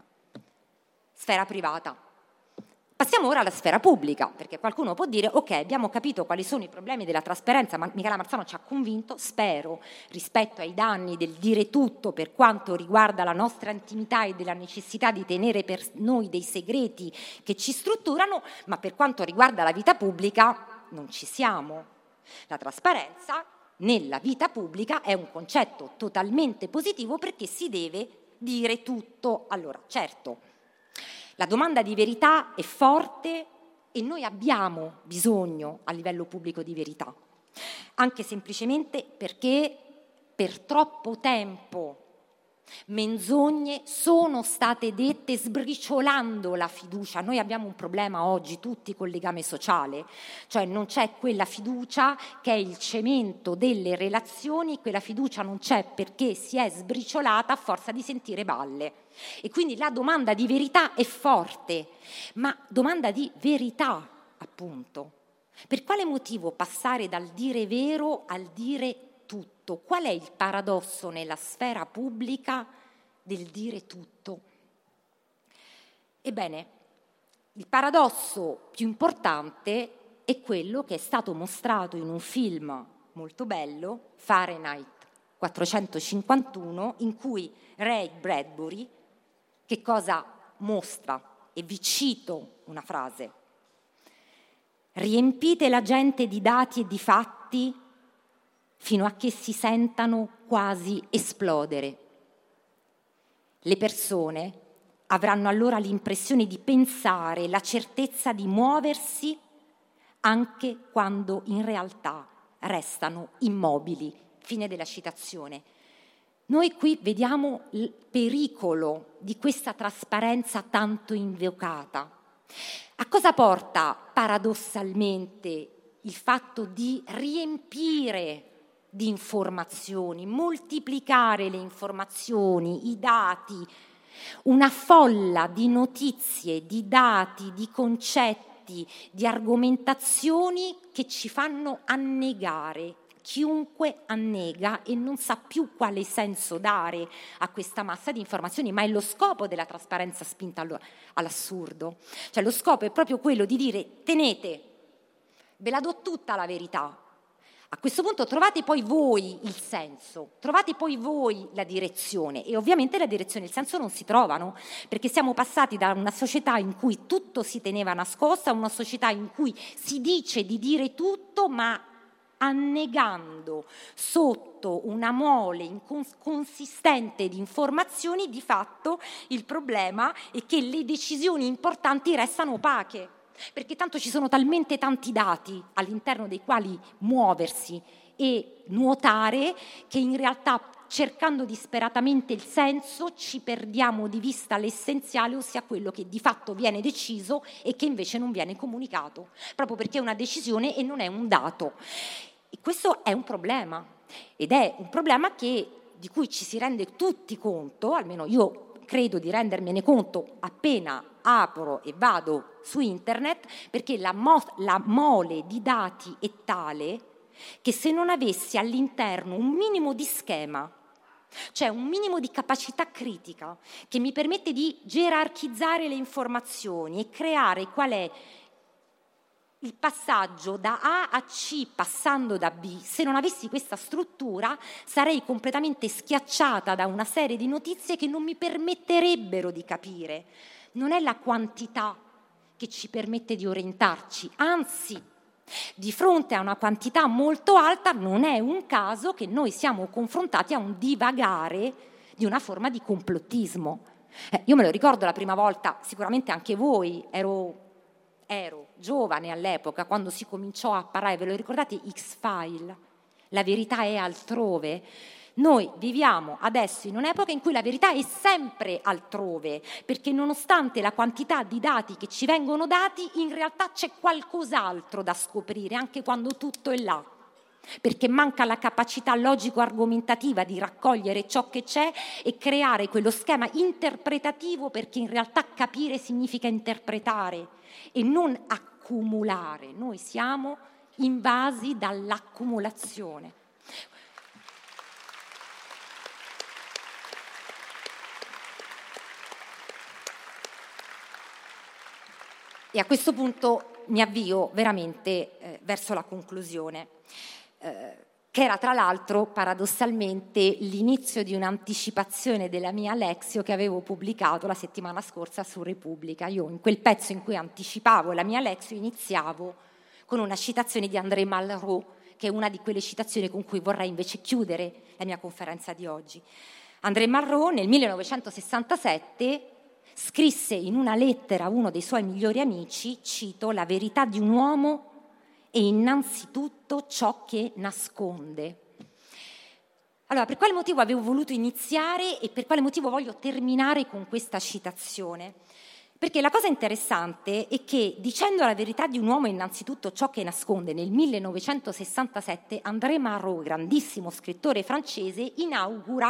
Sfera privata. Passiamo ora alla sfera pubblica, perché qualcuno può dire, ok, abbiamo capito quali sono i problemi della trasparenza, ma Michela Marzano ci ha convinto, spero, rispetto ai danni del dire tutto per quanto riguarda la nostra intimità e della necessità di tenere per noi dei segreti che ci strutturano, ma per quanto riguarda la vita pubblica non ci siamo. La trasparenza nella vita pubblica è un concetto totalmente positivo perché si deve dire tutto. Allora, certo, la domanda di verità è forte e noi abbiamo bisogno a livello pubblico di verità, anche semplicemente perché per troppo tempo menzogne sono state dette sbriciolando la fiducia. Noi abbiamo un problema oggi tutti col legame sociale, cioè non c'è quella fiducia che è il cemento delle relazioni, quella fiducia non c'è perché si è sbriciolata a forza di sentire balle. E quindi la domanda di verità è forte, ma domanda di verità, appunto. Per quale motivo passare dal dire vero al dire tutto? Qual è il paradosso nella sfera pubblica del dire tutto? Ebbene, il paradosso più importante è quello che è stato mostrato in un film molto bello, Fahrenheit 451, in cui Ray Bradbury che cosa mostra? E vi cito una frase. Riempite la gente di dati e di fatti fino a che si sentano quasi esplodere. Le persone avranno allora l'impressione di pensare, la certezza di muoversi anche quando in realtà restano immobili. Fine della citazione. Noi qui vediamo il pericolo di questa trasparenza tanto invocata. A cosa porta paradossalmente il fatto di riempire di informazioni, moltiplicare le informazioni, i dati, una folla di notizie, di dati, di concetti, di argomentazioni che ci fanno annegare. Chiunque annega e non sa più quale senso dare a questa massa di informazioni, ma è lo scopo della trasparenza spinta all'assurdo. Cioè lo scopo è proprio quello di dire tenete, ve la do tutta la verità. A questo punto trovate poi voi il senso, trovate poi voi la direzione e ovviamente la direzione e il senso non si trovano perché siamo passati da una società in cui tutto si teneva nascosto a una società in cui si dice di dire tutto ma annegando sotto una mole inconsistente di informazioni, di fatto il problema è che le decisioni importanti restano opache, perché tanto ci sono talmente tanti dati all'interno dei quali muoversi e nuotare che in realtà cercando disperatamente il senso ci perdiamo di vista l'essenziale, ossia quello che di fatto viene deciso e che invece non viene comunicato, proprio perché è una decisione e non è un dato. E questo è un problema, ed è un problema di cui ci si rende tutti conto, almeno io credo di rendermene conto appena apro e vado su internet, perché la mole di dati è tale che se non avessi all'interno un minimo di schema, cioè un minimo di capacità critica che mi permette di gerarchizzare le informazioni e creare qual è il passaggio da A a C passando da B, se non avessi questa struttura sarei completamente schiacciata da una serie di notizie che non mi permetterebbero di capire. Non è la quantità che ci permette di orientarci, anzi, di fronte a una quantità molto alta non è un caso che noi siamo confrontati a un divagare di una forma di complottismo. Io me lo ricordo la prima volta, sicuramente anche voi, ero giovane all'epoca, quando si cominciò a parlare, ve lo ricordate, X-File? La verità è altrove. Noi viviamo adesso in un'epoca in cui la verità è sempre altrove, perché nonostante la quantità di dati che ci vengono dati, in realtà c'è qualcos'altro da scoprire, anche quando tutto è là. Perché manca la capacità logico-argomentativa di raccogliere ciò che c'è e creare quello schema interpretativo, perché in realtà capire significa interpretare e non accumulare. Noi siamo invasi dall'accumulazione. E a questo punto mi avvio veramente verso la conclusione, che era tra l'altro paradossalmente l'inizio di un'anticipazione della mia Lexio che avevo pubblicato la settimana scorsa su Repubblica. Io in quel pezzo in cui anticipavo la mia Lexio iniziavo con una citazione di André Malraux, che è una di quelle citazioni con cui vorrei invece chiudere la mia conferenza di oggi. André Malraux nel 1967 scrisse in una lettera a uno dei suoi migliori amici, cito: «La verità di un uomo è innanzitutto ciò che nasconde». Allora, per quale motivo avevo voluto iniziare e per quale motivo voglio terminare con questa citazione? Perché la cosa interessante è che, dicendo la verità di un uomo è innanzitutto ciò che nasconde, nel 1967 André Malraux, grandissimo scrittore francese, inaugura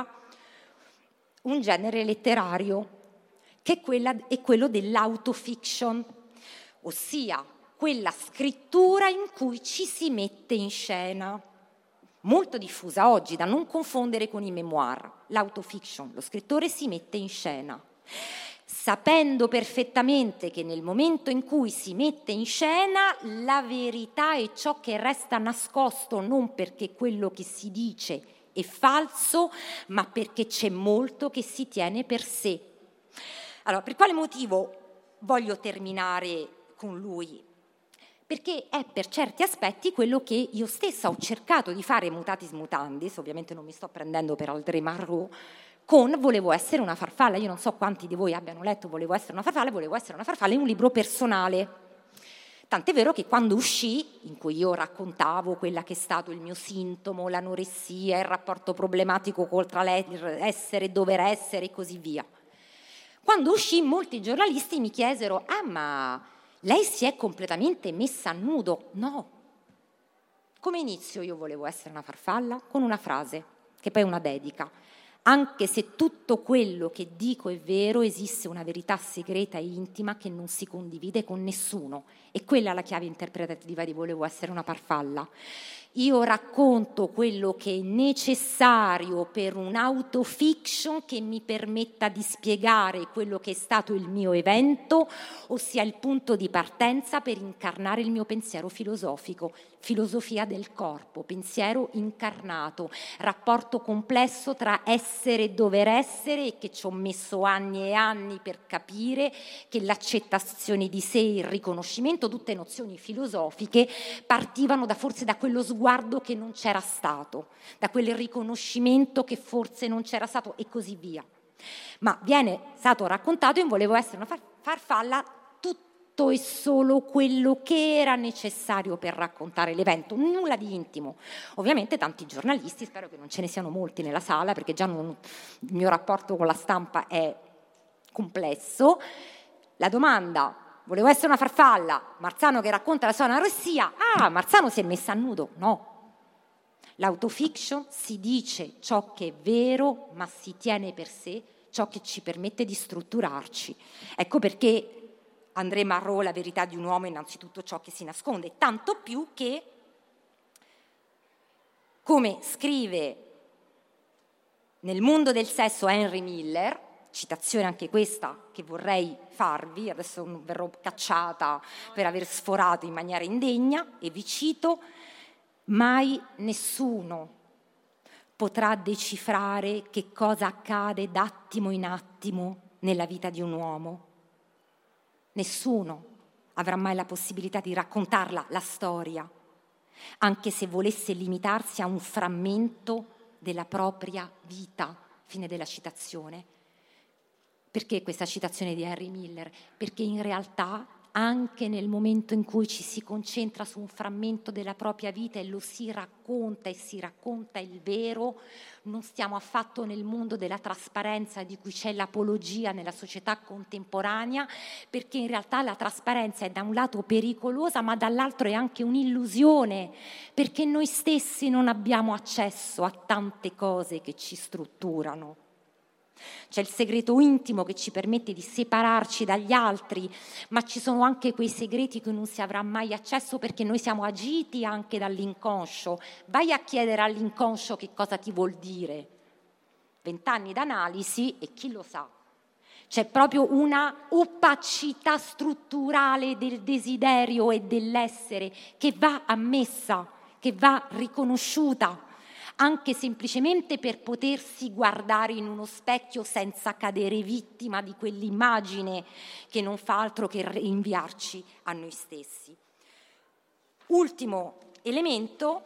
un genere letterario che è quello dell'autofiction, ossia quella scrittura in cui ci si mette in scena, molto diffusa oggi, da non confondere con i memoir. L'autofiction, lo scrittore si mette in scena, sapendo perfettamente che nel momento in cui si mette in scena la verità è ciò che resta nascosto, non perché quello che si dice è falso, ma perché c'è molto che si tiene per sé. Allora, per quale motivo voglio terminare con lui? Perché è per certi aspetti quello che io stessa ho cercato di fare mutatis mutandis, ovviamente non mi sto prendendo per André Malraux, con Volevo essere una farfalla. Io non so quanti di voi abbiano letto Volevo essere una farfalla è un libro personale. Tant'è vero che quando uscì, in cui io raccontavo quella che è stato il mio sintomo, l'anoressia, il rapporto problematico tra l'essere e dover essere e così via, quando uscì molti giornalisti mi chiesero: ma lei si è completamente messa a nudo? No. Come inizio io Volevo essere una farfalla? Con una frase, che poi è una dedica. Anche se tutto quello che dico è vero, esiste una verità segreta e intima che non si condivide con nessuno. E quella è la chiave interpretativa di Volevo essere una farfalla. Io racconto quello che è necessario per un'autofiction che mi permetta di spiegare quello che è stato il mio evento, ossia il punto di partenza per incarnare il mio pensiero filosofico, filosofia del corpo, pensiero incarnato, rapporto complesso tra essere e dover essere, e che ci ho messo anni e anni per capire che l'accettazione di sé, il riconoscimento, tutte nozioni filosofiche partivano forse da quello sguardo che non c'era stato, da quel riconoscimento che forse non c'era stato e così via. Ma viene stato raccontato in Volevo essere una farfalla tutto e solo quello che era necessario per raccontare l'evento, nulla di intimo. Ovviamente tanti giornalisti, spero che non ce ne siano molti nella sala perché già il mio rapporto con la stampa è complesso. La domanda: Volevo essere una farfalla, Marzano che racconta la sua anoressia, Marzano si è messa a nudo? No. L'autofiction si dice ciò che è vero, ma si tiene per sé ciò che ci permette di strutturarci. Ecco perché André Malraux, La verità di un uomo è innanzitutto ciò che si nasconde, tanto più che, come scrive Nel mondo del sesso Henry Miller, citazione anche questa che vorrei farvi, adesso non verrò cacciata per aver sforato in maniera indegna, e vi cito: mai nessuno potrà decifrare che cosa accade d'attimo in attimo nella vita di un uomo. Nessuno avrà mai la possibilità di raccontarla, la storia, anche se volesse limitarsi a un frammento della propria vita. Fine della citazione. Perché questa citazione di Henry Miller? Perché in realtà anche nel momento in cui ci si concentra su un frammento della propria vita e lo si racconta e si racconta il vero, non stiamo affatto nel mondo della trasparenza di cui c'è l'apologia nella società contemporanea, perché in realtà la trasparenza è da un lato pericolosa, ma dall'altro è anche un'illusione, perché noi stessi non abbiamo accesso a tante cose che ci strutturano. C'è il segreto intimo che ci permette di separarci dagli altri, ma ci sono anche quei segreti che non si avrà mai accesso perché noi siamo agiti anche dall'inconscio. Vai a chiedere all'inconscio che cosa ti vuol dire. 20 anni d'analisi e chi lo sa. C'è proprio una opacità strutturale del desiderio e dell'essere che va ammessa, che va riconosciuta, anche semplicemente per potersi guardare in uno specchio senza cadere vittima di quell'immagine che non fa altro che rinviarci a noi stessi. Ultimo elemento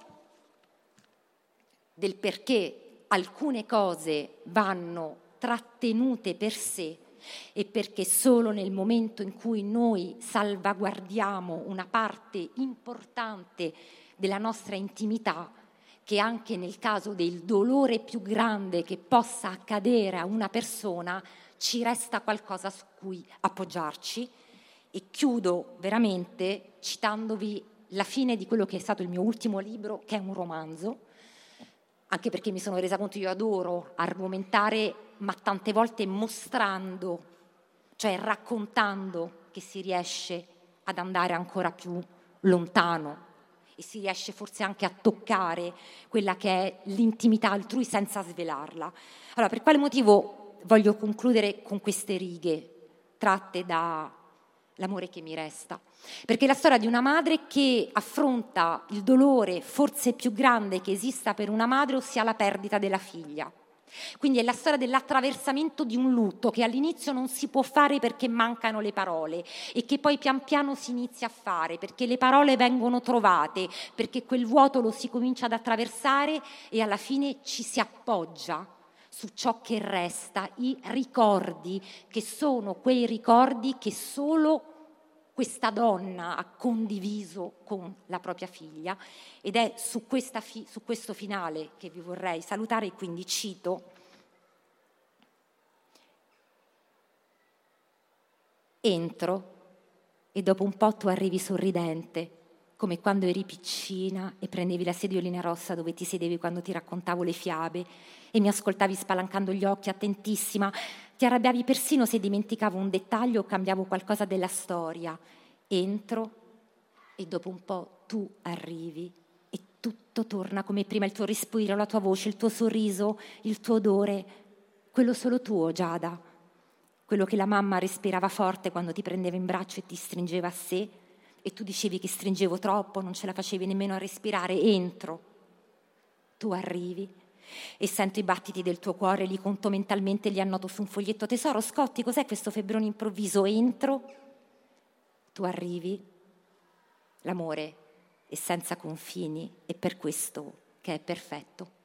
del perché alcune cose vanno trattenute per sé e perché solo nel momento in cui noi salvaguardiamo una parte importante della nostra intimità, che anche nel caso del dolore più grande che possa accadere a una persona ci resta qualcosa su cui appoggiarci. E chiudo veramente citandovi la fine di quello che è stato il mio ultimo libro, che è un romanzo, anche perché mi sono resa conto, io adoro argomentare, ma tante volte mostrando, cioè raccontando, che si riesce ad andare ancora più lontano e si riesce forse anche a toccare quella che è l'intimità altrui senza svelarla. Allora, per quale motivo voglio concludere con queste righe tratte da L'amore che mi resta? Perché è la storia di una madre che affronta il dolore forse più grande che esista per una madre, ossia la perdita della figlia. Quindi è la storia dell'attraversamento di un lutto che all'inizio non si può fare perché mancano le parole e che poi pian piano si inizia a fare perché le parole vengono trovate, perché quel vuoto lo si comincia ad attraversare e alla fine ci si appoggia su ciò che resta, i ricordi, che sono quei ricordi che solo questa donna ha condiviso con la propria figlia, ed è su questo finale che vi vorrei salutare, e quindi cito: entro e dopo un po' tu arrivi sorridente, come quando eri piccina e prendevi la sediolina rossa dove ti sedevi quando ti raccontavo le fiabe e mi ascoltavi spalancando gli occhi attentissima. Ti arrabbiavi persino se dimenticavo un dettaglio o cambiavo qualcosa della storia. Entro e dopo un po' tu arrivi e tutto torna come prima, il tuo respiro, la tua voce, il tuo sorriso, il tuo odore, quello solo tuo, Giada, quello che la mamma respirava forte quando ti prendeva in braccio e ti stringeva a sé e tu dicevi che stringevo troppo, non ce la facevi nemmeno a respirare. Entro, tu arrivi e sento i battiti del tuo cuore, li conto mentalmente, li annoto su un foglietto. Tesoro, Scotti, cos'è questo febbrone improvviso? Entro, tu arrivi, l'amore è senza confini, è per questo che è perfetto.